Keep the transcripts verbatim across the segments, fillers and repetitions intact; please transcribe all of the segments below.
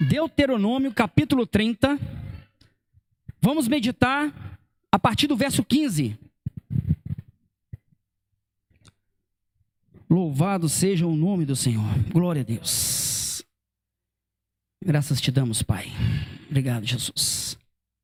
Deuteronômio capítulo trinta, vamos meditar a partir do verso quinze. Louvado seja o nome do Senhor, glória a Deus. Graças te damos, Pai. Obrigado, Jesus.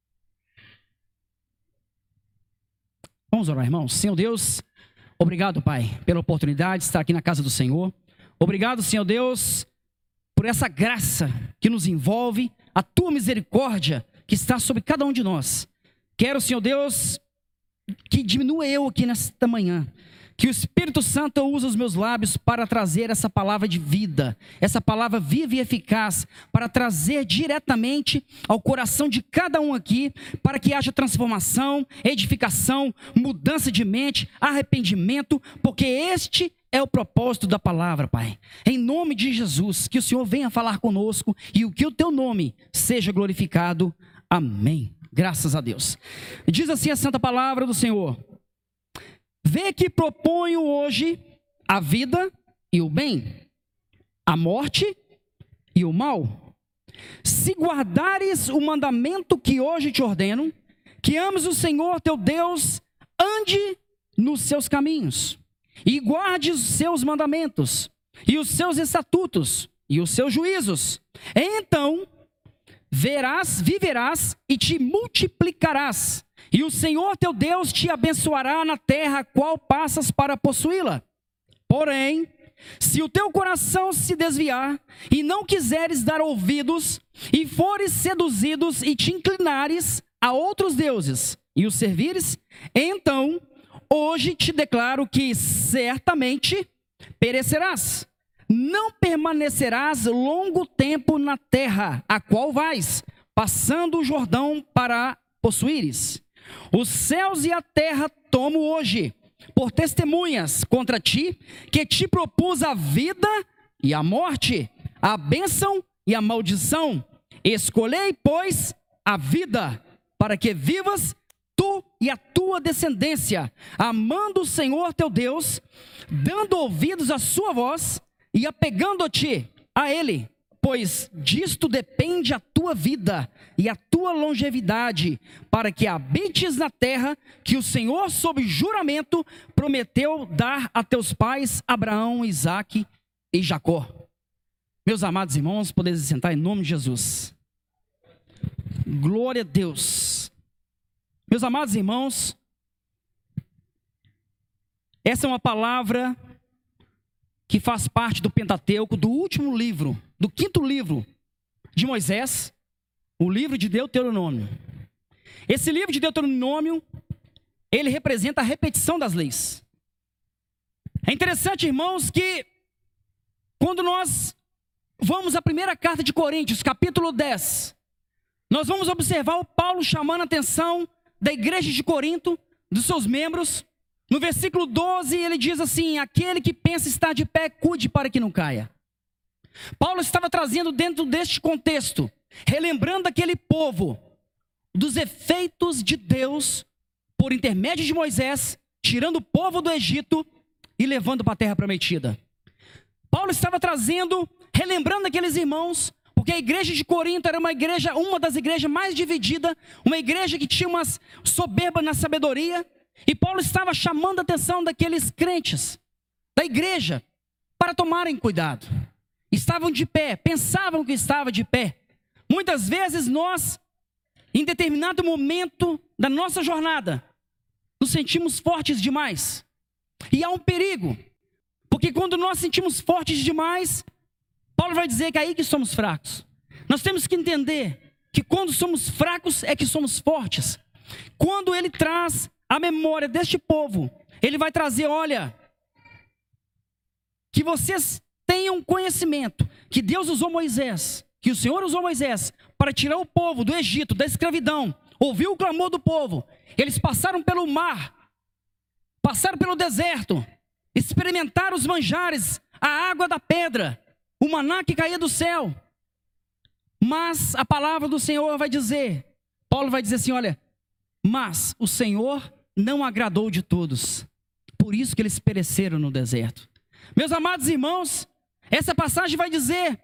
Vamos orar, irmãos. Senhor Deus, obrigado, Pai, pela oportunidade de estar aqui na casa do Senhor. Obrigado, Senhor Deus, por essa graça que nos envolve, a tua misericórdia que está sobre cada um de nós. Quero, Senhor Deus, que diminua eu aqui nesta manhã, que o Espírito Santo use os meus lábios para trazer essa palavra de vida, essa palavra viva e eficaz, para trazer diretamente ao coração de cada um aqui, para que haja transformação, edificação, mudança de mente, arrependimento, porque este é o propósito da palavra, Pai. Em nome de Jesus, que o Senhor venha falar conosco e que o teu nome seja glorificado. Amém. Graças a Deus. Diz assim a santa palavra do Senhor: vê que proponho hoje a vida e o bem, a morte e o mal. Se guardares o mandamento que hoje te ordeno, que ames o Senhor teu Deus, ande nos seus caminhos, e guarde os seus mandamentos, e os seus estatutos, e os seus juízos. Então verás, viverás e te multiplicarás, e o Senhor teu Deus te abençoará na terra a qual passas para possuí-la. Porém, se o teu coração se desviar, e não quiseres dar ouvidos, e fores seduzidos, e te inclinares a outros deuses, e os servires, então hoje te declaro que certamente perecerás. Não permanecerás longo tempo na terra a qual vais, passando o Jordão para possuíres. Os céus e a terra tomo hoje por testemunhas contra ti, que te propus a vida e a morte, a bênção e a maldição. Escolhei, pois, a vida, para que vivas tu e a tua descendência, amando o Senhor teu Deus, dando ouvidos à sua voz e apegando-te a Ele, pois disto depende a tua vida e a tua longevidade, para que habites na terra que o Senhor, sob juramento, prometeu dar a teus pais Abraão, Isaque e Jacó. Meus amados irmãos, podem se sentar em nome de Jesus. Glória a Deus. Meus amados irmãos, essa é uma palavra que faz parte do Pentateuco, do último livro, do quinto livro de Moisés, o livro de Deuteronômio. Esse livro de Deuteronômio, ele representa a repetição das leis. É interessante, irmãos, que quando nós vamos à primeira carta de Coríntios, capítulo dez, nós vamos observar o Paulo chamando a atenção da igreja de Corinto, dos seus membros. No versículo doze, ele diz assim: aquele que pensa estar de pé, cuide para que não caia. Paulo estava trazendo dentro deste contexto, relembrando aquele povo dos efeitos de Deus, por intermédio de Moisés, tirando o povo do Egito e levando para a terra prometida. Paulo estava trazendo, relembrando aqueles irmãos, porque a igreja de Corinto era uma igreja, uma das igrejas mais divididas, uma igreja que tinha uma soberba na sabedoria, e Paulo estava chamando a atenção daqueles crentes, da igreja, para tomarem cuidado. Estavam de pé, pensavam que estavam de pé. Muitas vezes nós, em determinado momento da nossa jornada, nos sentimos fortes demais. E há um perigo, porque quando nós sentimos fortes demais, Paulo vai dizer que é aí que somos fracos. Nós temos que entender que quando somos fracos é que somos fortes. Quando ele traz a memória deste povo, ele vai trazer, olha, que vocês tenham conhecimento que Deus usou Moisés, que o Senhor usou Moisés para tirar o povo do Egito, da escravidão, ouviu o clamor do povo. Eles passaram pelo mar, passaram pelo deserto, experimentaram os manjares, a água da pedra, o maná que caía do céu. Mas a palavra do Senhor vai dizer, Paulo vai dizer assim, olha, mas o Senhor não agradou de todos, por isso que eles pereceram no deserto. Meus amados irmãos, essa passagem vai dizer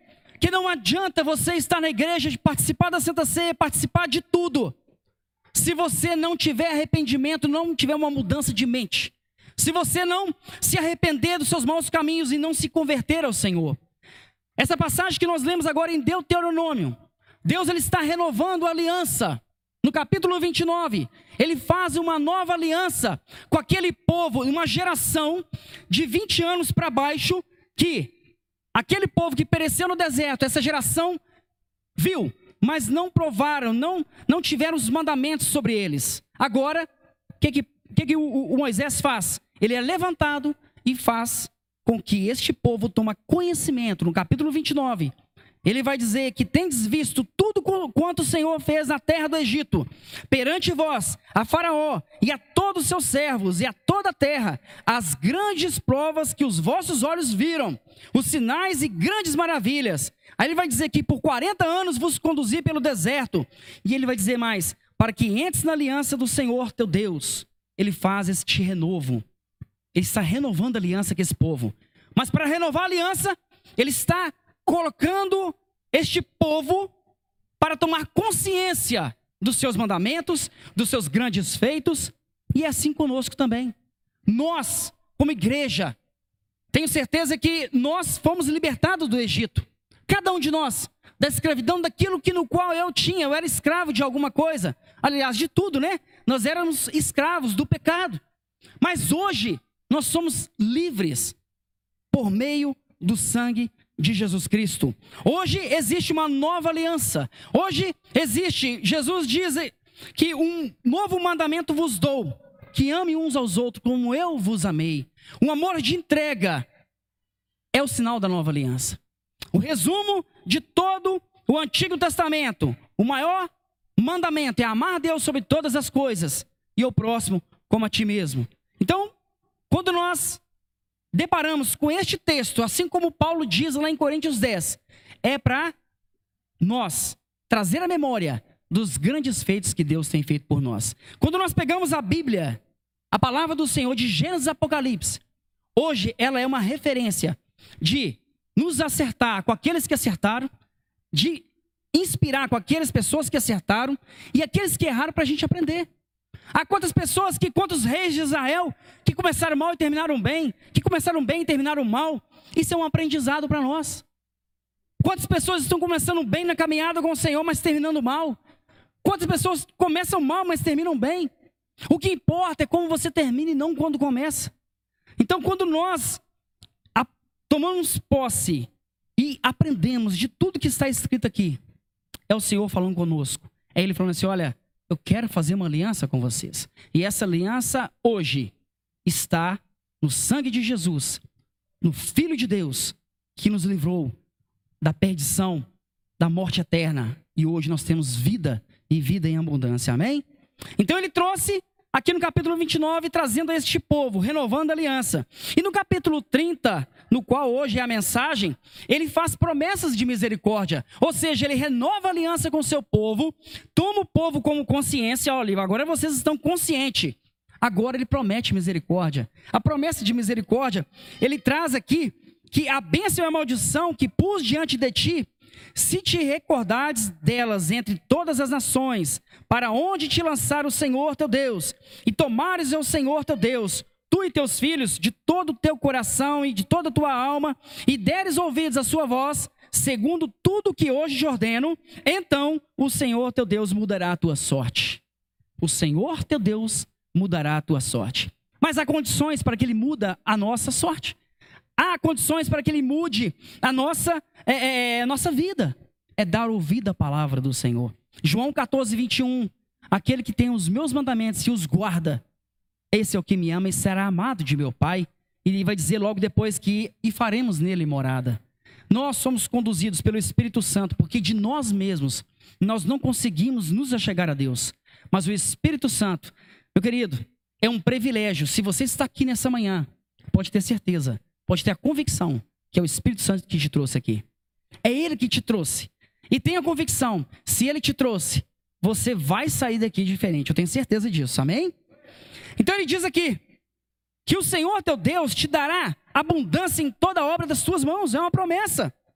Porque não adianta você estar na igreja, de participar da Santa Ceia, participar de tudo, se você não tiver arrependimento, não tiver uma mudança de mente. Se você não se arrepender dos seus maus caminhos e não se converter ao Senhor. Essa passagem que nós lemos agora em Deuteronômio, Deus ele está renovando a aliança. No capítulo vinte e nove, ele faz uma nova aliança com aquele povo, uma geração de vinte anos para baixo, que aquele povo que pereceu no deserto, essa geração viu, mas não provaram, não, não tiveram os mandamentos sobre eles. Agora, o que, que, que, que o, o Moisés faz? Ele é levantado e faz com que este povo tome conhecimento. No capítulo vinte e nove, ele vai dizer que tendes visto tudo quanto o Senhor fez na terra do Egito, perante vós, a Faraó e a todos os seus servos e a toda a terra, as grandes provas que os vossos olhos viram, os sinais e grandes maravilhas. Aí ele vai dizer que por quarenta anos vos conduzi pelo deserto. E ele vai dizer mais, para que entres na aliança do Senhor teu Deus. Ele faz este renovo. Ele está renovando a aliança com esse povo. Mas para renovar a aliança, ele está colocando este povo para tomar consciência dos seus mandamentos, dos seus grandes feitos, e é assim conosco também. Nós, como igreja, tenho certeza que nós fomos libertados do Egito. Cada um de nós, da escravidão, daquilo que no qual eu tinha, eu era escravo de alguma coisa. Aliás, de tudo, né? Nós éramos escravos do pecado. Mas hoje, nós somos livres por meio do sangue de Jesus Cristo. Hoje existe uma nova aliança. Hoje existe, Jesus diz que um novo mandamento vos dou, que ame uns aos outros como eu vos amei. Um amor de entrega é o sinal da nova aliança. O resumo de todo o Antigo Testamento, o maior mandamento é amar a Deus sobre todas as coisas e o próximo como a ti mesmo. Então, quando nós deparamos com este texto, assim como Paulo diz lá em Coríntios dez, é para nós trazer a memória dos grandes feitos que Deus tem feito por nós. Quando nós pegamos a Bíblia, a palavra do Senhor de Gênesis e Apocalipse, hoje ela é uma referência de nos acertar com aqueles que acertaram, de inspirar com aquelas pessoas que acertaram e aqueles que erraram para a gente aprender. Há quantas pessoas que, quantos reis de Israel, que começaram mal e terminaram bem, que começaram bem e terminaram mal. Isso é um aprendizado para nós. Quantas pessoas estão começando bem na caminhada com o Senhor, mas terminando mal? Quantas pessoas começam mal, mas terminam bem? O que importa é como você termina e não quando começa. Então, quando nós a, tomamos posse e aprendemos de tudo que está escrito aqui, é o Senhor falando conosco. É Ele falando assim, olha, eu quero fazer uma aliança com vocês. E essa aliança hoje está no sangue de Jesus, no Filho de Deus, que nos livrou da perdição, da morte eterna. E hoje nós temos vida e vida em abundância. Amém? Então ele trouxe aqui no capítulo vinte e nove, trazendo a este povo, renovando a aliança. E no capítulo trinta, no qual hoje é a mensagem, ele faz promessas de misericórdia. Ou seja, ele renova a aliança com o seu povo, toma o povo como consciência. Olha, agora vocês estão conscientes. Agora ele promete misericórdia. A promessa de misericórdia, ele traz aqui que a bênção e a maldição que pus diante de ti, se te recordares delas entre todas as nações, para onde te lançar o Senhor teu Deus, e tomares o Senhor teu Deus, tu e teus filhos, de todo o teu coração e de toda a tua alma, e deres ouvidos à sua voz, segundo tudo que hoje te ordeno, então o Senhor teu Deus mudará a tua sorte. O Senhor teu Deus mudará a tua sorte. Mas há condições para que Ele muda a nossa sorte. Há condições para que Ele mude a nossa, é, é, nossa vida. É dar ouvido à palavra do Senhor. João catorze, vinte e um. Aquele que tem os meus mandamentos e os guarda, esse é o que me ama e será amado de meu Pai. E Ele vai dizer logo depois que e faremos nele morada. Nós somos conduzidos pelo Espírito Santo, porque de nós mesmos nós não conseguimos nos achegar a Deus. Mas o Espírito Santo, meu querido, é um privilégio. Se você está aqui nessa manhã, pode ter certeza, pode ter a convicção que é o Espírito Santo que te trouxe aqui. É Ele que te trouxe. E tenha a convicção, se Ele te trouxe, você vai sair daqui diferente. Eu tenho certeza disso, amém? Então Ele diz aqui, que o Senhor teu Deus te dará abundância em toda a obra das tuas mãos. É uma promessa.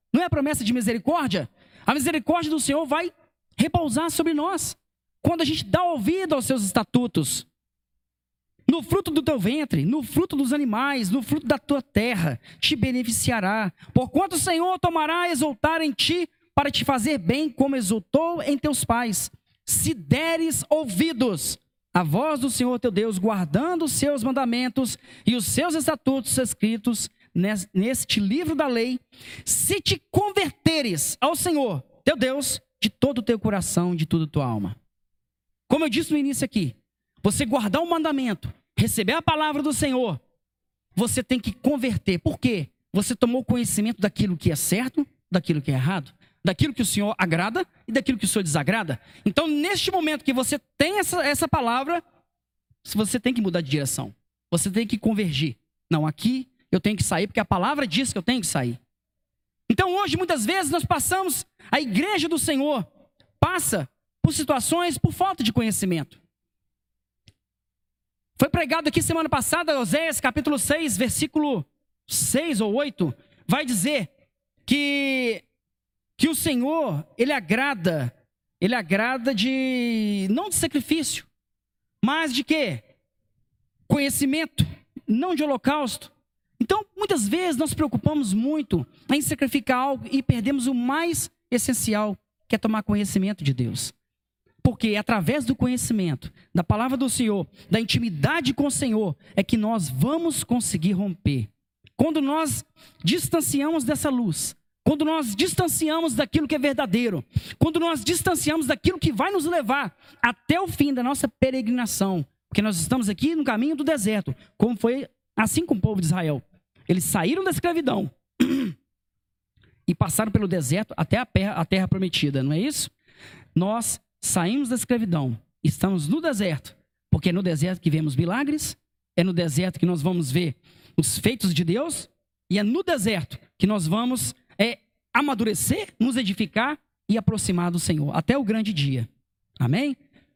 Não é a promessa de misericórdia? A misericórdia do Senhor vai repousar sobre nós quando a gente dá ouvido aos seus estatutos. No fruto do teu ventre, no fruto dos animais, no fruto da tua terra, te beneficiará. Porquanto o Senhor tomará a exultar em ti, para te fazer bem, como exultou em teus pais. Se deres ouvidos à voz do Senhor teu Deus, guardando os seus mandamentos e os seus estatutos escritos neste livro da lei, se te converteres ao Senhor teu Deus, de todo o teu coração, de toda a tua alma. Como eu disse no início aqui, você guardar o mandamento, receber a palavra do Senhor, você tem que converter. Por quê? Você tomou conhecimento daquilo que é certo, daquilo que é errado, daquilo que o Senhor agrada e daquilo que o Senhor desagrada. Então, neste momento que você tem essa, essa palavra, você tem que mudar de direção. Você tem que convergir. Não, aqui eu tenho que sair porque a palavra diz que eu tenho que sair. Então, hoje, muitas vezes, nós passamos, a igreja do Senhor passa por situações por falta de conhecimento. Foi pregado aqui semana passada, Oséias capítulo seis, versículo seis ou oito, vai dizer que, que o Senhor, Ele agrada, Ele agrada de, não de sacrifício, mas de quê? Conhecimento, não de holocausto. Então, muitas vezes, nós nos preocupamos muito em sacrificar algo e perdemos o mais essencial, que é tomar conhecimento de Deus. Porque é através do conhecimento, da palavra do Senhor, da intimidade com o Senhor, é que nós vamos conseguir romper. Quando nós distanciamos dessa luz, quando nós distanciamos daquilo que é verdadeiro, quando nós distanciamos daquilo que vai nos levar até o fim da nossa peregrinação, porque nós estamos aqui no caminho do deserto, como foi assim com o povo de Israel. Eles saíram da escravidão e passaram pelo deserto até a terra, a terra prometida, não é isso? Nós saímos da escravidão, estamos no deserto, porque é no deserto que vemos milagres, é no deserto que nós vamos ver os feitos de Deus, e é no deserto que nós vamos é, amadurecer, nos edificar e aproximar do Senhor, até o grande dia. Amém?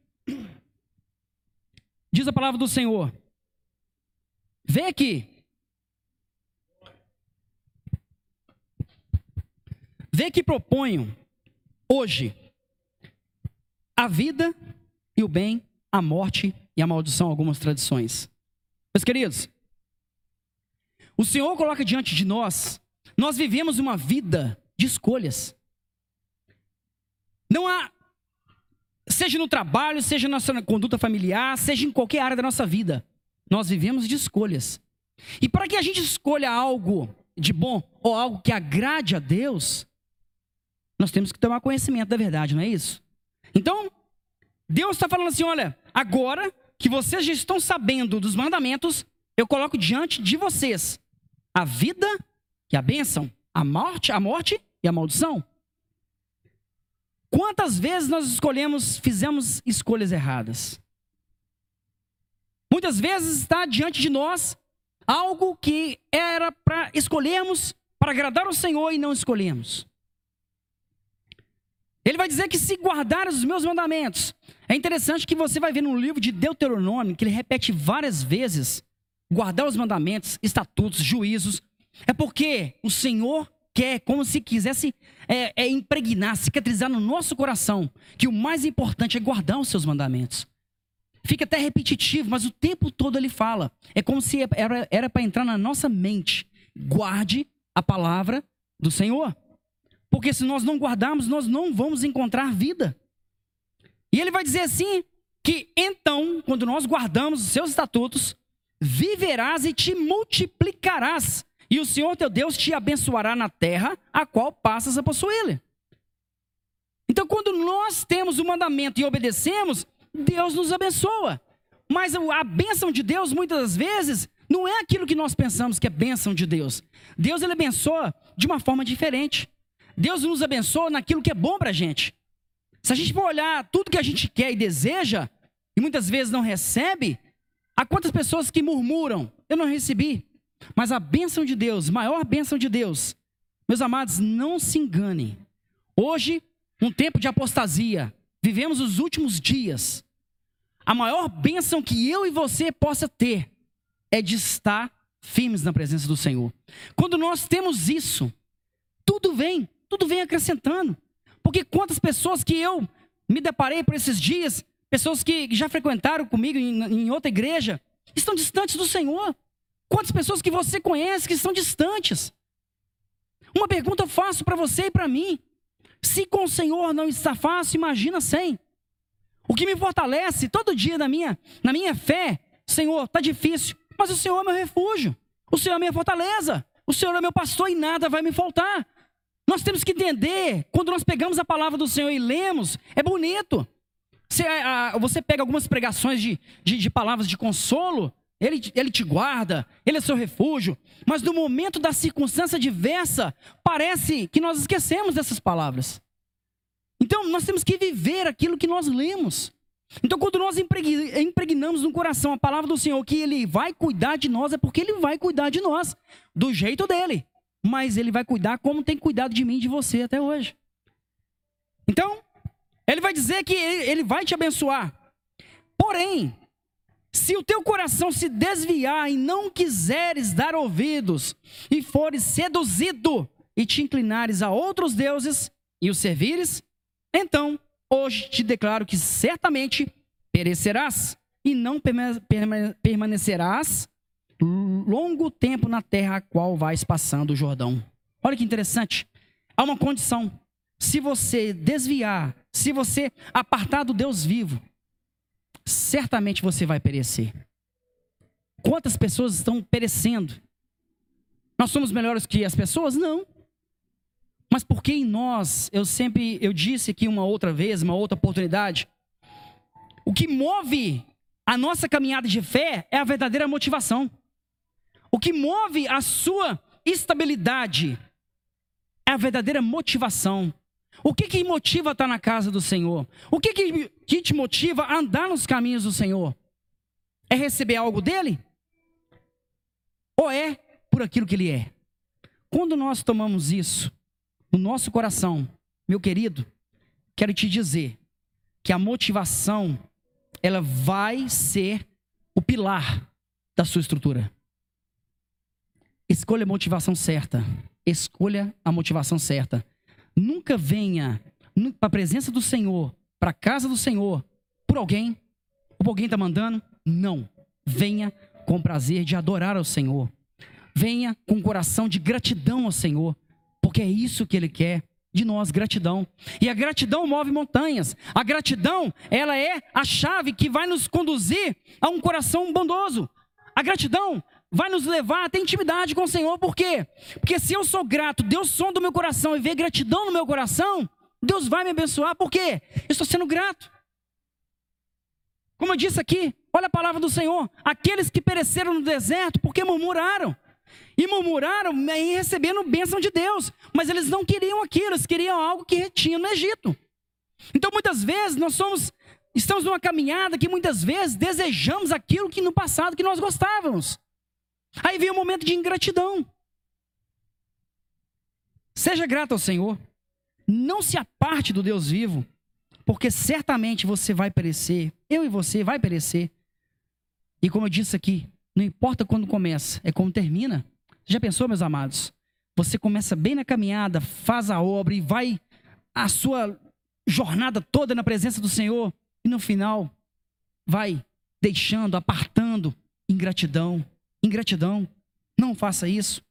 Diz a palavra do Senhor. Vem aqui. Vê que proponho hoje a vida e o bem, a morte e a maldição, algumas tradições. Meus queridos, o Senhor coloca diante de nós, nós vivemos uma vida de escolhas. Não há, seja no trabalho, seja na nossa conduta familiar, seja em qualquer área da nossa vida, nós vivemos de escolhas. E para que a gente escolha algo de bom ou algo que agrade a Deus, nós temos que tomar conhecimento da verdade, não é isso? Então, Deus está falando assim, olha, agora que vocês já estão sabendo dos mandamentos, eu coloco diante de vocês a vida e a bênção, a morte, a morte e a maldição. Quantas vezes nós escolhemos, fizemos escolhas erradas? Muitas vezes está diante de nós algo que era para escolhermos, para agradar ao Senhor e não escolhemos. Ele vai dizer que se guardar os meus mandamentos. É interessante que você vai ver no livro de Deuteronômio, que ele repete várias vezes, guardar os mandamentos, estatutos, juízos. É porque o Senhor quer, como se quisesse é, é impregnar, cicatrizar no nosso coração, que o mais importante é guardar os seus mandamentos. Fica até repetitivo, mas o tempo todo ele fala. É como se era para entrar na nossa mente. Guarde a palavra do Senhor. Porque se nós não guardarmos, nós não vamos encontrar vida. E ele vai dizer assim, que então, quando nós guardamos os seus estatutos, viverás e te multiplicarás. E o Senhor teu Deus te abençoará na terra, a qual passas a possuí-la. Então, quando nós temos o mandamento e obedecemos, Deus nos abençoa. Mas a bênção de Deus, muitas das vezes, não é aquilo que nós pensamos que é bênção de Deus. Deus, ele abençoa de uma forma diferente. Deus nos abençoa naquilo que é bom para a gente. Se a gente for olhar tudo que a gente quer e deseja, e muitas vezes não recebe, há quantas pessoas que murmuram, eu não recebi. Mas a bênção de Deus, maior bênção de Deus, meus amados, não se enganem. Hoje, um tempo de apostasia, vivemos os últimos dias. A maior bênção que eu e você possa ter é de estar firmes na presença do Senhor. Quando nós temos isso, Tudo vem, tudo vem acrescentando. Porque quantas pessoas que eu me deparei por esses dias, pessoas que já frequentaram comigo em, em outra igreja, estão distantes do Senhor. Quantas pessoas que você conhece que estão distantes? Uma pergunta eu faço para você e para mim. Se com o Senhor não está fácil, imagina sem. O que me fortalece todo dia na minha, na minha fé, Senhor, está difícil, mas o Senhor é meu refúgio. O Senhor é minha fortaleza. O Senhor é meu pastor e nada vai me faltar. Nós temos que entender, quando nós pegamos a palavra do Senhor e lemos, é bonito. Você, a, você pega algumas pregações de, de, de palavras de consolo, ele, ele te guarda, ele é seu refúgio. Mas no momento da circunstância adversa, parece que nós esquecemos dessas palavras. Então nós temos que viver aquilo que nós lemos. Então quando nós impregnamos no coração a palavra do Senhor, que Ele vai cuidar de nós, é porque Ele vai cuidar de nós, do jeito dEle. Mas Ele vai cuidar como tem cuidado de mim e de você até hoje. Então, Ele vai dizer que Ele vai te abençoar. Porém, se o teu coração se desviar e não quiseres dar ouvidos, e fores seduzido e te inclinares a outros deuses e os servires, então, hoje te declaro que certamente perecerás e não permanecerás longo tempo na terra a qual vais passando o Jordão. Olha que interessante. Há uma condição. Se você desviar, se você apartar do Deus vivo, certamente você vai perecer. Quantas pessoas estão perecendo? Nós somos melhores que as pessoas? Não. Mas porque em nós, eu sempre, eu disse aqui uma outra vez, uma outra oportunidade, o que move a nossa caminhada de fé é a verdadeira motivação. O que move a sua estabilidade é a verdadeira motivação. O que que motiva a estar na casa do Senhor? O que que, que te motiva a andar nos caminhos do Senhor? É receber algo dele? Ou é por aquilo que ele é? Quando nós tomamos isso no nosso coração, meu querido, quero te dizer que a motivação, ela vai ser o pilar da sua estrutura. Escolha a motivação certa. Escolha a motivação certa. Nunca venha para a presença do Senhor, para a casa do Senhor, por alguém, ou alguém está mandando. Não. Venha com prazer de adorar ao Senhor. Venha com um coração de gratidão ao Senhor, porque é isso que Ele quer de nós, gratidão. E a gratidão move montanhas. A gratidão, ela é a chave que vai nos conduzir a um coração bondoso. A gratidão vai nos levar a ter intimidade com o Senhor. Por quê? Porque se eu sou grato, Deus sonda o meu coração e vê gratidão no meu coração, Deus vai me abençoar. Por quê? Eu estou sendo grato. Como eu disse aqui, olha a palavra do Senhor. Aqueles que pereceram no deserto porque murmuraram. E murmuraram e recebendo bênção de Deus. Mas eles não queriam aquilo, eles queriam algo que tinha no Egito. Então muitas vezes nós somos, estamos numa caminhada que muitas vezes desejamos aquilo que no passado que nós gostávamos. Aí vem um momento de ingratidão. Seja grato ao Senhor. Não se aparte do Deus vivo, porque certamente você vai perecer. Eu e você vai perecer. E como eu disse aqui, não importa quando começa, é como termina. Já pensou, meus amados? Você começa bem na caminhada, faz a obra e vai a sua jornada toda na presença do Senhor. E no final, vai deixando, apartando ingratidão. Ingratidão. Não faça isso.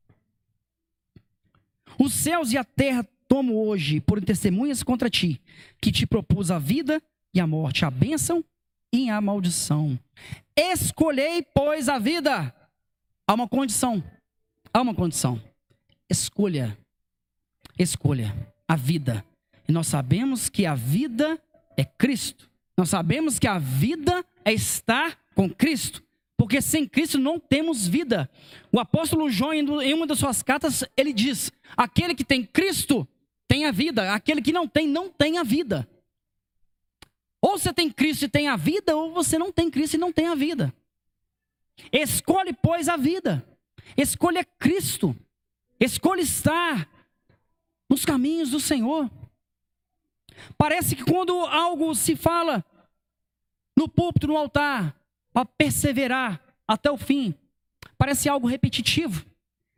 Os céus e a terra tomo hoje por testemunhas contra ti, que te propus a vida e a morte, a bênção e a maldição. Escolhei, pois, a vida. Há uma condição. Há uma condição. Escolha. Escolha a vida. E nós sabemos que a vida é Cristo. Nós sabemos que a vida é estar com Cristo. Porque sem Cristo não temos vida. O apóstolo João, em uma das suas cartas, ele diz: aquele que tem Cristo tem a vida, aquele que não tem, não tem a vida. Ou você tem Cristo e tem a vida, ou você não tem Cristo e não tem a vida. Escolhe, pois, a vida. Escolha Cristo. Escolha estar nos caminhos do Senhor. Parece que quando algo se fala no púlpito, no altar, para perseverar até o fim, parece algo repetitivo.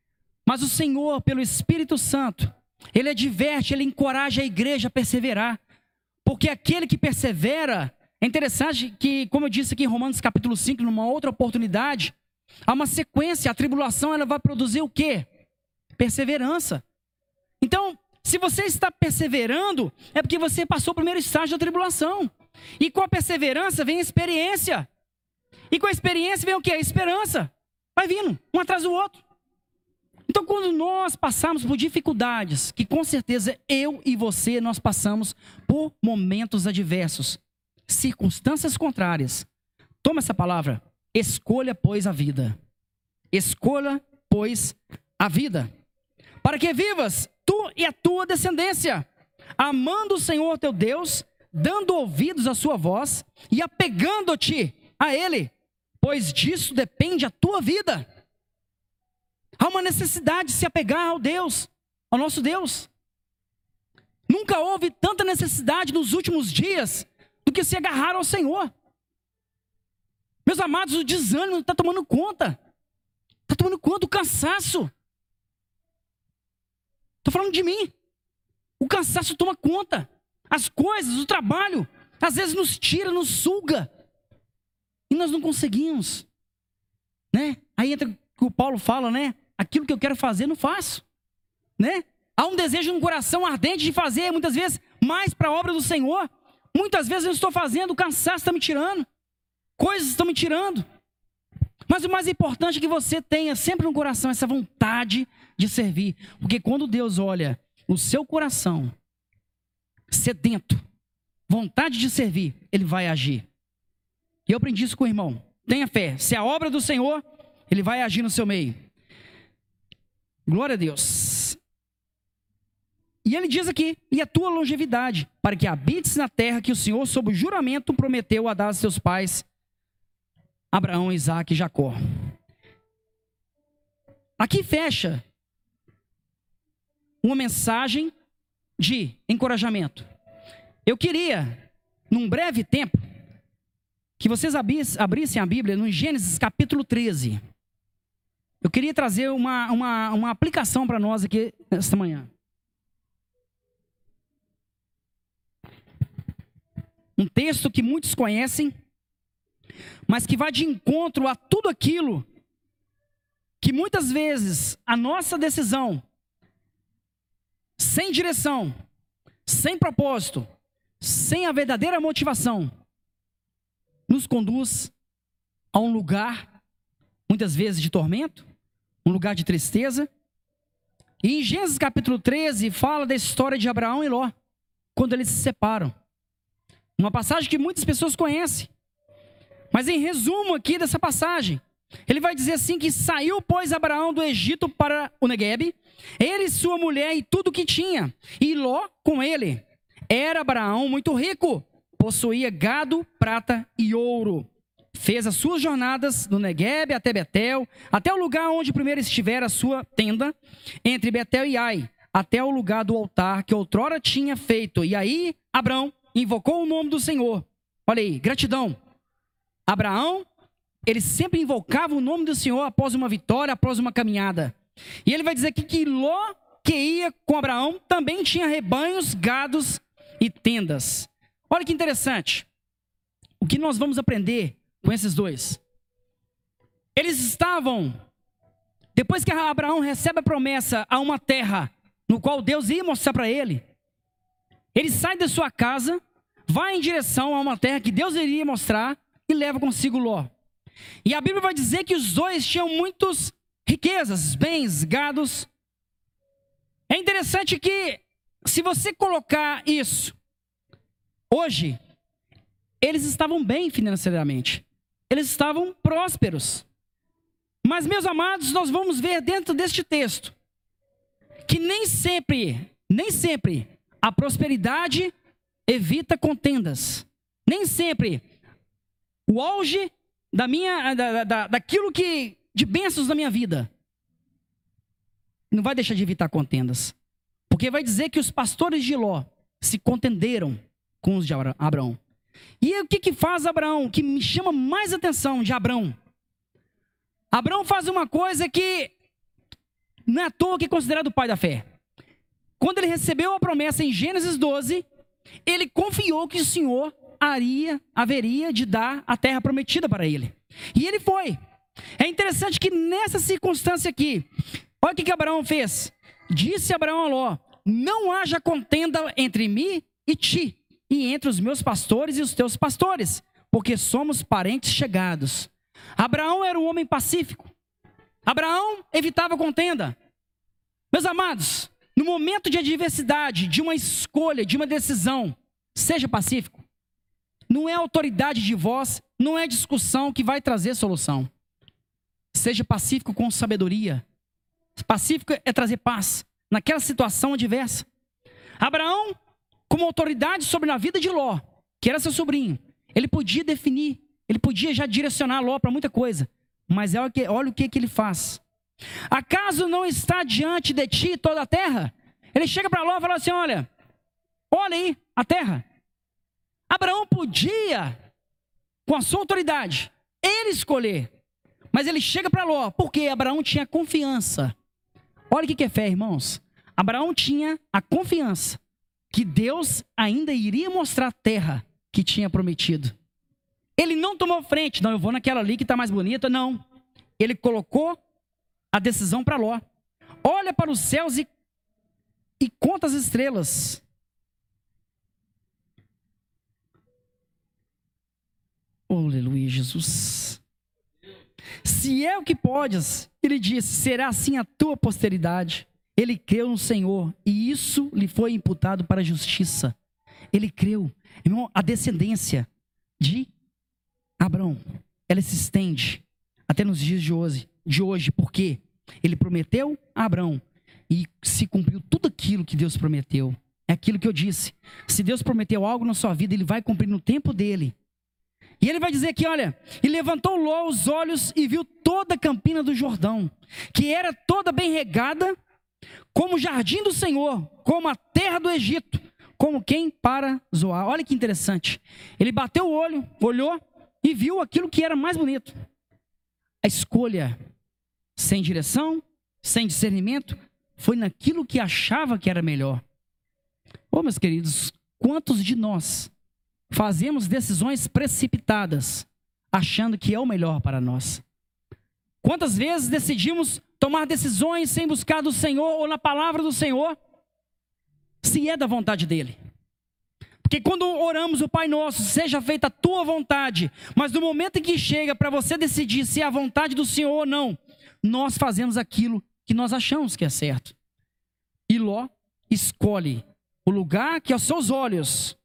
Mas o Senhor, pelo Espírito Santo, Ele adverte, Ele encoraja a igreja a perseverar. Porque aquele que persevera, é interessante que, como eu disse aqui em Romanos capítulo cinco, numa outra oportunidade, há uma sequência, a tribulação ela vai produzir o quê? Perseverança. Então, se você está perseverando, é porque você passou o primeiro estágio da tribulação. E com a perseverança vem a experiência. E com a experiência vem o quê? A esperança. Vai vindo, um atrás do outro. Então, quando nós passamos por dificuldades, que com certeza eu e você, nós passamos por momentos adversos, circunstâncias contrárias. Toma essa palavra. Escolha, pois, a vida. Escolha, pois, a vida. Para que vivas, tu e a tua descendência, amando o Senhor teu Deus, dando ouvidos à sua voz e apegando-te a Ele, pois disso depende a tua vida. Há uma necessidade de se apegar ao Deus, ao nosso Deus. Nunca houve tanta necessidade nos últimos dias do que se agarrar ao Senhor. Meus amados, o desânimo está tomando conta. Está tomando conta, o cansaço. Estou falando de mim. O cansaço toma conta. As coisas, o trabalho, às vezes nos tira, nos suga. E nós não conseguimos. Né? Aí entra o que o Paulo fala, né? Aquilo que eu quero fazer, não faço. Né? Há um desejo no coração ardente de fazer, muitas vezes, mais para a obra do Senhor. Muitas vezes eu estou fazendo, o cansaço está me tirando. Coisas estão me tirando. Mas o mais importante é que você tenha sempre no coração essa vontade de servir. Porque quando Deus olha o seu coração sedento, vontade de servir, Ele vai agir. E eu aprendi isso com o irmão. Tenha fé. Se é a obra do Senhor, Ele vai agir no seu meio. Glória a Deus. E ele diz aqui, e a tua longevidade, para que habites na terra que o Senhor, sob o juramento, prometeu a dar aos seus pais, Abraão, Isaque e Jacó. Aqui fecha uma mensagem de encorajamento. Eu queria, num breve tempo, que vocês abrissem a Bíblia no Gênesis capítulo treze. Eu queria trazer uma, uma, uma aplicação para nós aqui nesta manhã. Um texto que muitos conhecem, mas que vai de encontro a tudo aquilo que muitas vezes a nossa decisão, sem direção, sem propósito, sem a verdadeira motivação, nos conduz a um lugar, muitas vezes de tormento, um lugar de tristeza. E em Gênesis capítulo treze fala da história de Abraão e Ló, quando eles se separam. Uma passagem que muitas pessoas conhecem. Mas em resumo aqui dessa passagem, ele vai dizer assim que saiu, pois, Abraão do Egito para o Neguebe, ele, sua mulher e tudo que tinha, e Ló com ele. Era Abraão muito rico, possuía gado, prata e ouro. Fez as suas jornadas do Neguebe até Betel, até o lugar onde primeiro estivera a sua tenda, entre Betel e Ai, até o lugar do altar que outrora tinha feito. E aí Abraão invocou o nome do Senhor. Olha aí, gratidão. Abraão, ele sempre invocava o nome do Senhor após uma vitória, após uma caminhada. E ele vai dizer aqui que Ló, que ia com Abraão, também tinha rebanhos, gados e tendas. Olha que interessante. O que nós vamos aprender com esses dois? Eles estavam, depois que Abraão recebe a promessa a uma terra, no qual Deus ia mostrar para ele, ele sai da sua casa, vai em direção a uma terra que Deus iria mostrar e leva consigo Ló. E a Bíblia vai dizer que os dois tinham muitas riquezas, bens, gados. É interessante que, se você colocar isso hoje, eles estavam bem financeiramente. Eles estavam prósperos. Mas, meus amados, nós vamos ver dentro deste texto que nem sempre, nem sempre a prosperidade evita contendas. Nem sempre o auge da minha, da, da, daquilo que, de bênçãos da minha vida, não vai deixar de evitar contendas. Porque vai dizer que os pastores de Ló se contenderam com os de Abraão. E o que, que faz Abraão? O que me chama mais atenção de Abraão? Abraão faz uma coisa que não é à toa que é considerado o pai da fé. Quando ele recebeu a promessa em Gênesis doze, ele confiou que o Senhor haria, haveria de dar a terra prometida para ele. E ele foi. É interessante que nessa circunstância aqui, olha o que, que Abraão fez. Disse Abraão a Ló: não haja contenda entre mim e ti, e entre os meus pastores e os teus pastores, porque somos parentes chegados. Abraão era um homem pacífico. Abraão evitava contenda. Meus amados, no momento de adversidade, de uma escolha, de uma decisão, seja pacífico. Não é autoridade de voz, não é discussão que vai trazer solução. Seja pacífico com sabedoria. Pacífico é trazer paz naquela situação adversa. Abraão, como autoridade sobre a vida de Ló, que era seu sobrinho, ele podia definir, ele podia já direcionar Ló para muita coisa. Mas olha o que, olha o que, que ele faz. Acaso não está diante de ti toda a terra? Ele chega para Ló e fala assim: olha, olha aí a terra. Abraão podia, com a sua autoridade, ele escolher. Mas ele chega para Ló, porque Abraão tinha confiança. Olha o que é fé, irmãos. Abraão tinha a confiança que Deus ainda iria mostrar a terra que tinha prometido. Ele não tomou frente, não, eu vou naquela ali que está mais bonita, não. Ele colocou a decisão para Ló. Olha para os céus e, e conta as estrelas. Oh, aleluia, Jesus. Se é o que podes, ele disse, será assim a tua posteridade. Ele creu no Senhor e isso lhe foi imputado para a justiça. Ele creu. Irmão, a descendência de Abraão, ela se estende até nos dias de hoje, de hoje, porque ele prometeu a Abraão e se cumpriu tudo aquilo que Deus prometeu. É aquilo que eu disse. Se Deus prometeu algo na sua vida, ele vai cumprir no tempo dele. E ele vai dizer aqui, olha, e levantou Ló os olhos e viu toda a campina do Jordão, que era toda bem regada, como o jardim do Senhor, como a terra do Egito, como quem para Zoar. Olha que interessante. Ele bateu o olho, olhou e viu aquilo que era mais bonito. A escolha sem direção, sem discernimento, foi naquilo que achava que era melhor. Ô, meus queridos, quantos de nós fazemos decisões precipitadas, achando que é o melhor para nós? Quantas vezes decidimos tomar decisões sem buscar do Senhor ou na palavra do Senhor, se é da vontade dEle? Porque quando oramos o Pai Nosso, seja feita a tua vontade, mas no momento em que chega para você decidir se é a vontade do Senhor ou não, nós fazemos aquilo que nós achamos que é certo. E Ló escolhe o lugar que aos seus olhos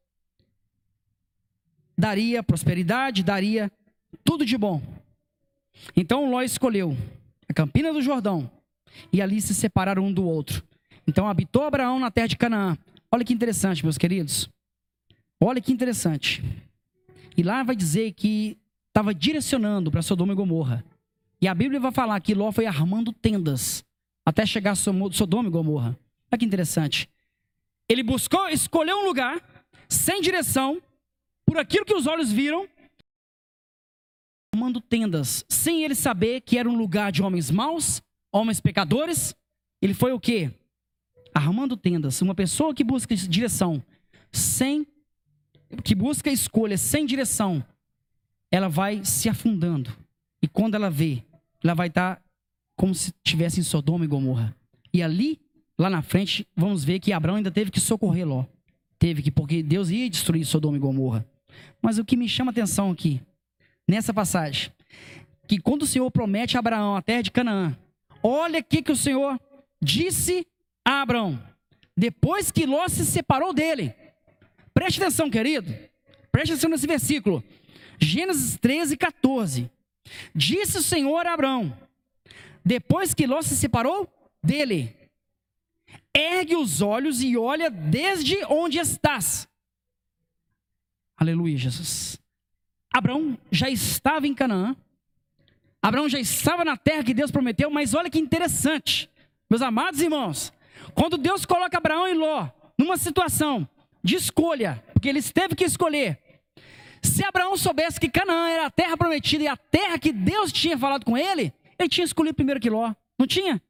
daria prosperidade, daria tudo de bom. Então Ló escolheu a campina do Jordão e ali se separaram um do outro. Então habitou Abraão na terra de Canaã. Olha que interessante, meus queridos. Olha que interessante. E lá vai dizer que estava direcionando para Sodoma e Gomorra. E a Bíblia vai falar que Ló foi armando tendas até chegar a Sodoma e Gomorra. Olha que interessante. Ele buscou, escolheu um lugar sem direção, por aquilo que os olhos viram, armando tendas, sem ele saber que era um lugar de homens maus, homens pecadores. Ele foi o quê? Armando tendas. Uma pessoa que busca direção sem, que busca escolha sem direção, ela vai se afundando. E quando ela vê, ela vai estar como se estivesse em Sodoma e Gomorra. E ali, lá na frente, vamos ver que Abraão ainda teve que socorrer Ló. Teve que, porque Deus ia destruir Sodoma e Gomorra. Mas o que me chama a atenção aqui, nessa passagem, que quando o Senhor promete a Abraão a terra de Canaã, olha o que, que o Senhor disse a Abraão, depois que Ló se separou dele. Preste atenção, querido. Preste atenção nesse versículo. Gênesis treze, quatorze. Disse o Senhor a Abraão, depois que Ló se separou dele, ergue os olhos e olha desde onde estás. Aleluia, Jesus. Abraão já estava em Canaã. Abraão já estava na terra que Deus prometeu, mas olha que interessante, meus amados irmãos, quando Deus coloca Abraão e Ló numa situação de escolha, porque eles teve que escolher. Se Abraão soubesse que Canaã era a terra prometida e a terra que Deus tinha falado com ele, ele tinha escolhido primeiro que Ló, não tinha?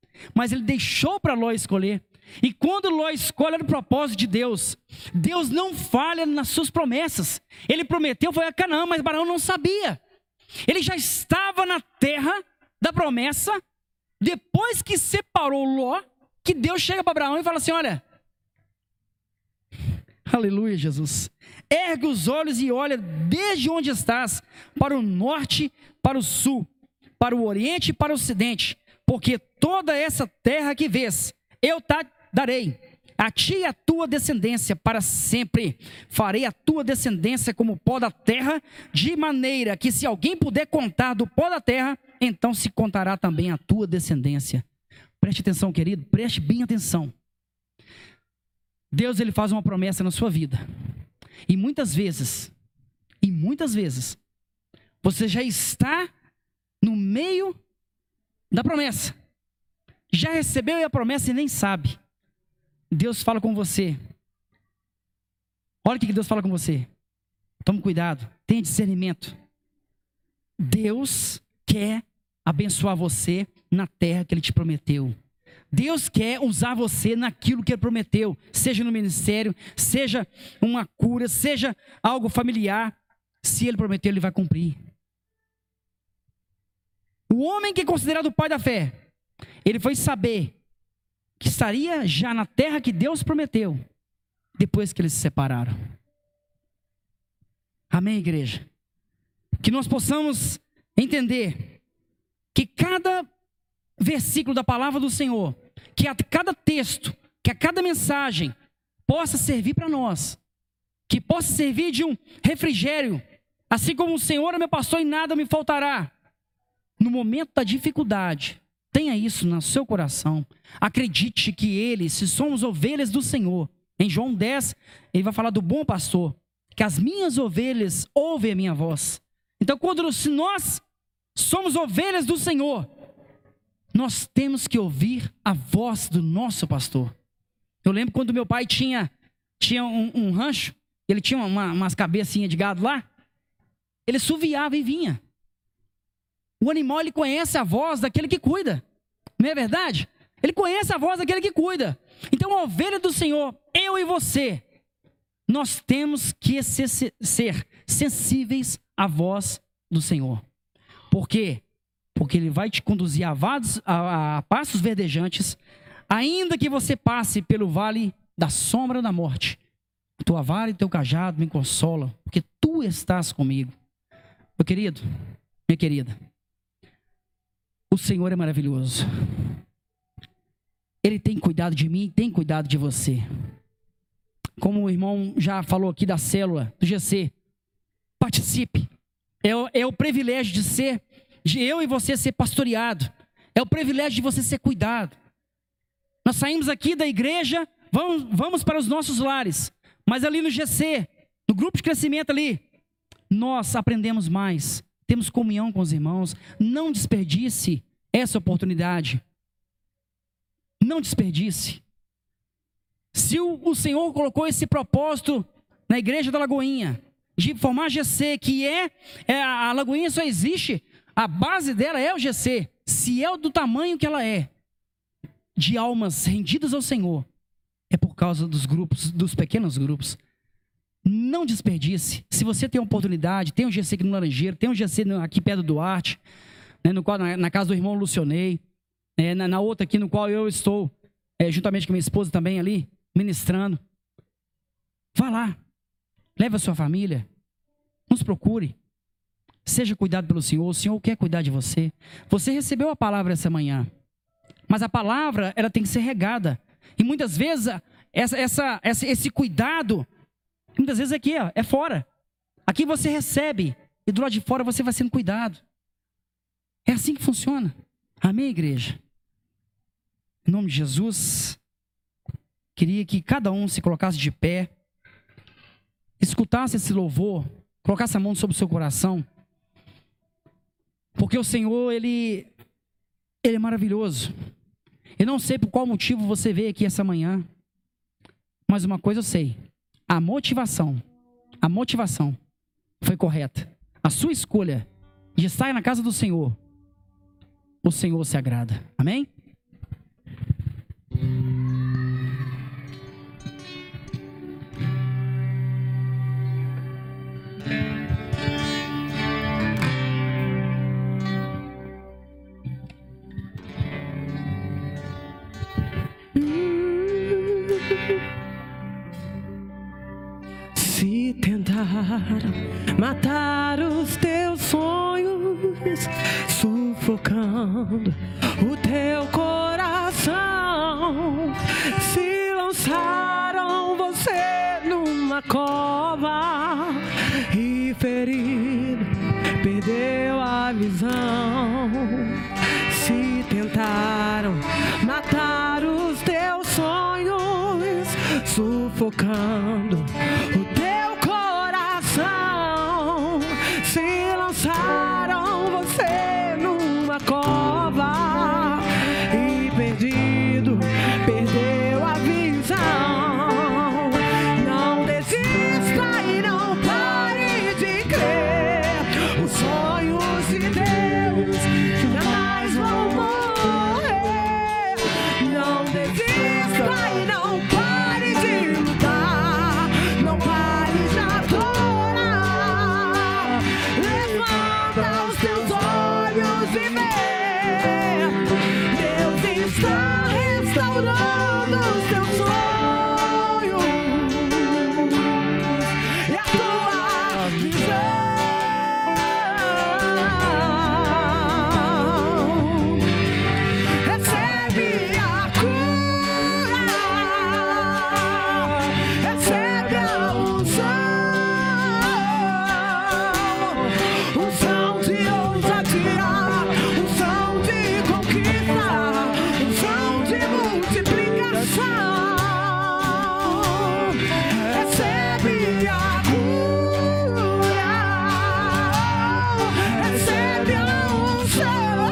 mas ele deixou para Ló escolher. E quando Ló escolhe o propósito de Deus, Deus não falha nas suas promessas. Ele prometeu, foi a Canaã, mas Abraão não sabia. Ele já estava na terra da promessa, depois que separou Ló, que Deus chega para Abraão e fala assim, olha, aleluia, Jesus, ergue os olhos e olha desde onde estás, para o norte, para o sul, para o oriente e para o ocidente, porque toda essa terra que vês, eu te darei, a ti e a tua descendência para sempre. Farei a tua descendência como o pó da terra, de maneira que se alguém puder contar do pó da terra, então se contará também a tua descendência. Preste atenção, querido, preste bem atenção. Deus, ele faz uma promessa na sua vida. E muitas vezes, e muitas vezes, você já está no meio da promessa. Já recebeu a promessa e nem sabe. Deus fala com você. Olha o que Deus fala com você. Tome cuidado, tenha discernimento. Deus quer abençoar você na terra que Ele te prometeu. Deus quer usar você naquilo que Ele prometeu, seja no ministério, seja uma cura, seja algo familiar. Se Ele prometeu, Ele vai cumprir. O homem que é considerado o pai da fé, ele foi saber que estaria já na terra que Deus prometeu, depois que eles se separaram. Amém, igreja? Que nós possamos entender que cada versículo da palavra do Senhor, que a cada texto, que a cada mensagem possa servir para nós, que possa servir de um refrigério, assim como o Senhor é meu pastor e nada me faltará. No momento da dificuldade, tenha isso no seu coração. Acredite que Ele, se somos ovelhas do Senhor, em João dez, Ele vai falar do bom pastor, que as minhas ovelhas ouvem a minha voz. Então, quando se nós somos ovelhas do Senhor, nós temos que ouvir a voz do nosso pastor. Eu lembro quando meu pai tinha, tinha um, um rancho, ele tinha uma, umas cabecinhas de gado lá, ele assoviava e vinha. O animal, ele conhece a voz daquele que cuida. Não é verdade? Ele conhece a voz daquele que cuida. Então, a ovelha do Senhor, eu e você, nós temos que ser, ser sensíveis à voz do Senhor. Por quê? Porque Ele vai te conduzir a, vados, a, a passos verdejantes, ainda que você passe pelo vale da sombra da morte. Tua vara e teu cajado me consolam, porque Tu estás comigo. Meu querido, minha querida, o Senhor é maravilhoso. Ele tem cuidado de mim, tem cuidado de você. Como o irmão já falou aqui da célula, do G C, participe. É o, é o privilégio de ser, de eu e você ser pastoreado. É o privilégio de você ser cuidado. Nós saímos aqui da igreja, vamos, vamos para os nossos lares. Mas ali no G C, no grupo de crescimento ali, nós aprendemos mais. Temos comunhão com os irmãos. Não desperdice essa oportunidade. Não desperdice. Se o, o Senhor colocou esse propósito na igreja da Lagoinha, de formar G C, que é, é a Lagoinha só existe, a base dela é o G C. Se é do tamanho que ela é, de almas rendidas ao Senhor, é por causa dos grupos, dos pequenos grupos. Não desperdice. Se você tem a oportunidade, tem um G C aqui no Laranjeiro, tem um G C aqui perto do Duarte, né, no qual, na, na casa do irmão Lucionei, é, na, na outra aqui no qual eu estou, é, juntamente com minha esposa também ali, ministrando. Vá lá, leve a sua família, nos procure, seja cuidado pelo Senhor. O Senhor quer cuidar de você. Você recebeu a palavra essa manhã, mas a palavra, ela tem que ser regada. E muitas vezes, essa, essa, essa, esse cuidado, muitas vezes aqui, ó, é fora. Aqui você recebe, e do lado de fora você vai sendo cuidado. É assim que funciona. Amém, igreja? Em nome de Jesus, queria que cada um se colocasse de pé, escutasse esse louvor, colocasse a mão sobre o seu coração, porque o Senhor, Ele, Ele é maravilhoso. Eu não sei por qual motivo você veio aqui essa manhã, mas uma coisa eu sei, a motivação, a motivação foi correta. A sua escolha de estar na casa do Senhor, o Senhor se agrada. Amém? Se tentaram matar os teus sonhos, sufocando o teu coração, se lançaram você numa cova e ferido perdeu a visão. Se tentaram matar os teus sonhos, sufocando o teu coração, se lançaram você numa cova e perdido perdeu a visão. Não desista e não pare de crer, os sonhos de Deus jamais vão morrer. Não desista e não pare de lutar, não pare de adorar. Levanta os teus olhos e vê, Deus está restaurando os teus sonhos e a tua visão. Recebe a cura, recebe a unção, unção de ousadia, unção de conquista, unção de multiplicação. Recebe a cura, recebe a unção,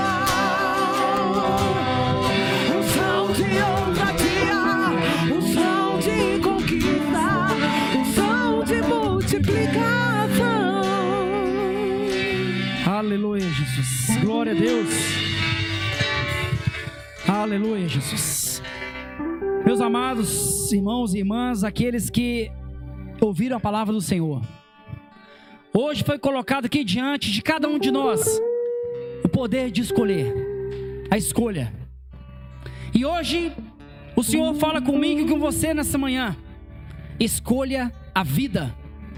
unção de ousadia, unção de conquista, unção de multiplicação. Aleluia, Jesus. Glória a Deus. Aleluia, Jesus. Meus amados irmãos e irmãs, aqueles que ouviram a palavra do Senhor, hoje foi colocado aqui diante de cada um de nós o poder de escolher, a escolha. E hoje o Senhor fala comigo e com você nessa manhã: escolha a vida.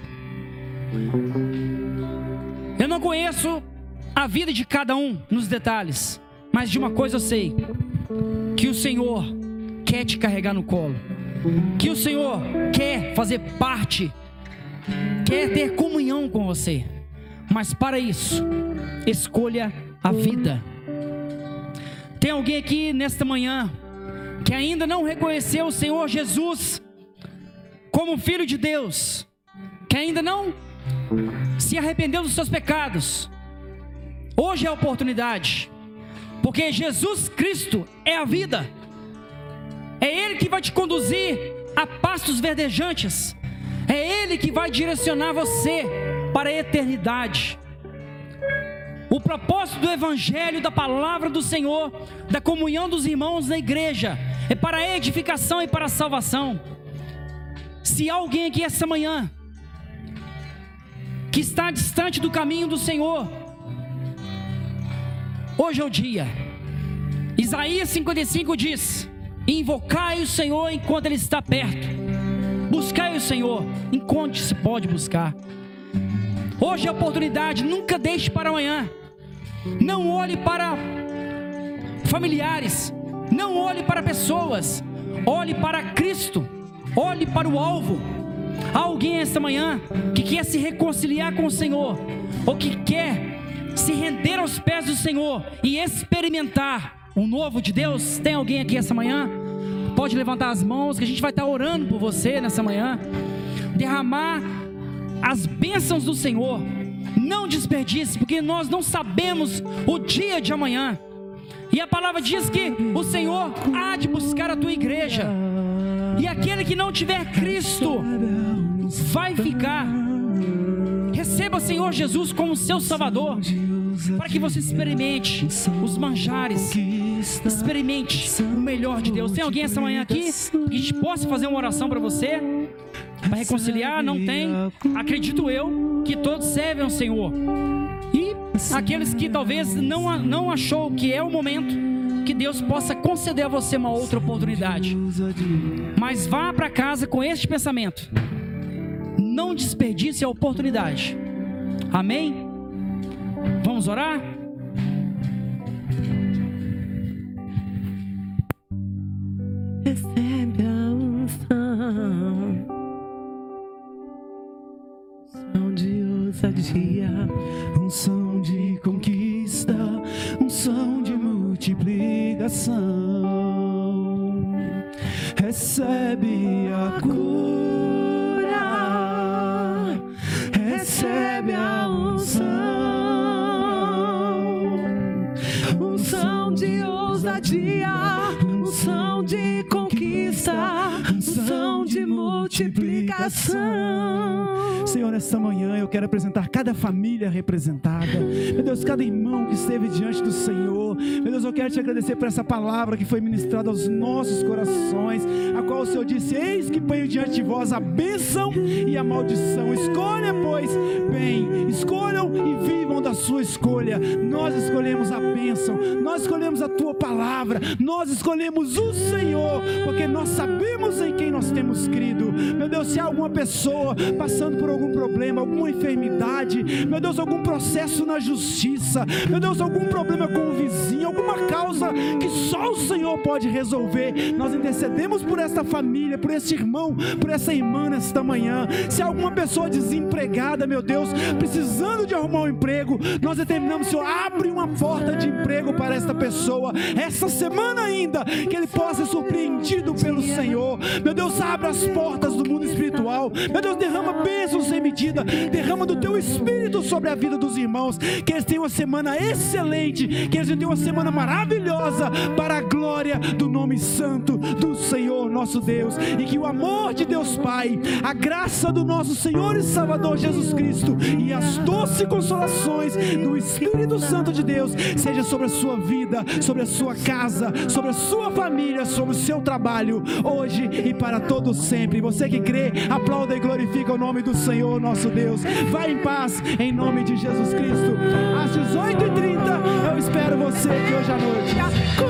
Eu não conheço a vida de cada um nos detalhes, mas de uma coisa eu sei: que o Senhor quer te carregar no colo, que o Senhor quer fazer parte, quer ter comunhão com você. Mas para isso, escolha a vida. Tem alguém aqui nesta manhã que ainda não reconheceu o Senhor Jesus como Filho de Deus, que ainda não se arrependeu dos seus pecados? Hoje é a oportunidade, porque Jesus Cristo é a vida. É Ele que vai te conduzir a pastos verdejantes. É Ele que vai direcionar você para a eternidade. O propósito do Evangelho, da palavra do Senhor, da comunhão dos irmãos na igreja, é para a edificação e para a salvação. Se há alguém aqui essa manhã que está distante do caminho do Senhor, hoje é o dia. Isaías cinquenta e cinco diz: invocai o Senhor enquanto Ele está perto, buscai o Senhor enquanto se pode buscar. Hoje é a oportunidade, nunca deixe para amanhã. Não olhe para familiares, não olhe para pessoas, olhe para Cristo, olhe para o alvo. Há alguém esta manhã que quer se reconciliar com o Senhor, ou que quer se render aos pés do Senhor e experimentar o novo de Deus? Tem alguém aqui essa manhã? Pode levantar as mãos, que a gente vai estar orando por você nessa manhã. Derramar as bênçãos do Senhor. Não desperdice, porque nós não sabemos o dia de amanhã. E a palavra diz que o Senhor há de buscar a tua igreja, e aquele que não tiver Cristo vai ficar. Receba o Senhor Jesus como seu Salvador, para que você experimente os manjares, experimente o melhor de Deus. Tem alguém essa manhã aqui que a gente possa fazer uma oração para você, para reconciliar? Não tem? Acredito eu que todos servem ao Senhor. E aqueles que talvez não, não achou que é o momento, que Deus possa conceder a você uma outra oportunidade. Mas vá para casa com este pensamento: não desperdice a oportunidade. Amém? Vamos orar? Recebe a unção, unção de ousadia, unção de conquista, unção de multiplicação. Recebe a cura, recebe a unção, unção de ousadia, unção de conquista, unção de multiplicação. Senhor, nesta manhã eu quero apresentar cada família representada. Meu Deus, cada irmão que esteve diante do Senhor. Meu Deus, eu quero te agradecer por essa palavra que foi ministrada aos nossos corações, a qual o Senhor disse: eis que ponho diante de vós a bênção e a maldição. Escolha, pois, bem, escolham e vivam da sua escolha. Nós escolhemos a bênção, nós escolhemos a tua palavra, nós escolhemos o Senhor, porque nós sabemos em quem nós temos crido. Meu Deus, se há alguma pessoa passando por algum problema, alguma enfermidade, meu Deus, algum processo na justiça, meu Deus, algum problema com o vizinho, alguma causa que só o Senhor pode resolver, nós intercedemos por esta família, por esse irmão, por essa irmã nesta manhã. Se há alguma pessoa desempregada, meu Deus, precisando de arrumar um emprego, nós determinamos, Senhor, abre uma porta de emprego para esta pessoa, essa semana ainda, que ele possa ser surpreendido pelo Senhor. Meu Deus, abra as portas do mundo espiritual. Meu Deus, derrama bênçãos sem medida, derrama do teu Espírito sobre a vida dos irmãos, que eles tenham uma semana excelente, que eles tenham uma semana maravilhosa, para a glória do nome santo do Senhor nosso Deus, e que o amor de Deus Pai, a graça do nosso Senhor e Salvador Jesus Cristo e as doces consolações do Espírito Santo de Deus seja sobre a sua vida, sobre a sua casa, sobre a sua família, sobre o seu trabalho, hoje e para todos sempre. Você que crê, aplauda e glorifica o nome do Senhor nosso Deus. Vai em paz, em nome de Jesus Cristo. Às dezoito e trinta eu espero você aqui hoje à noite.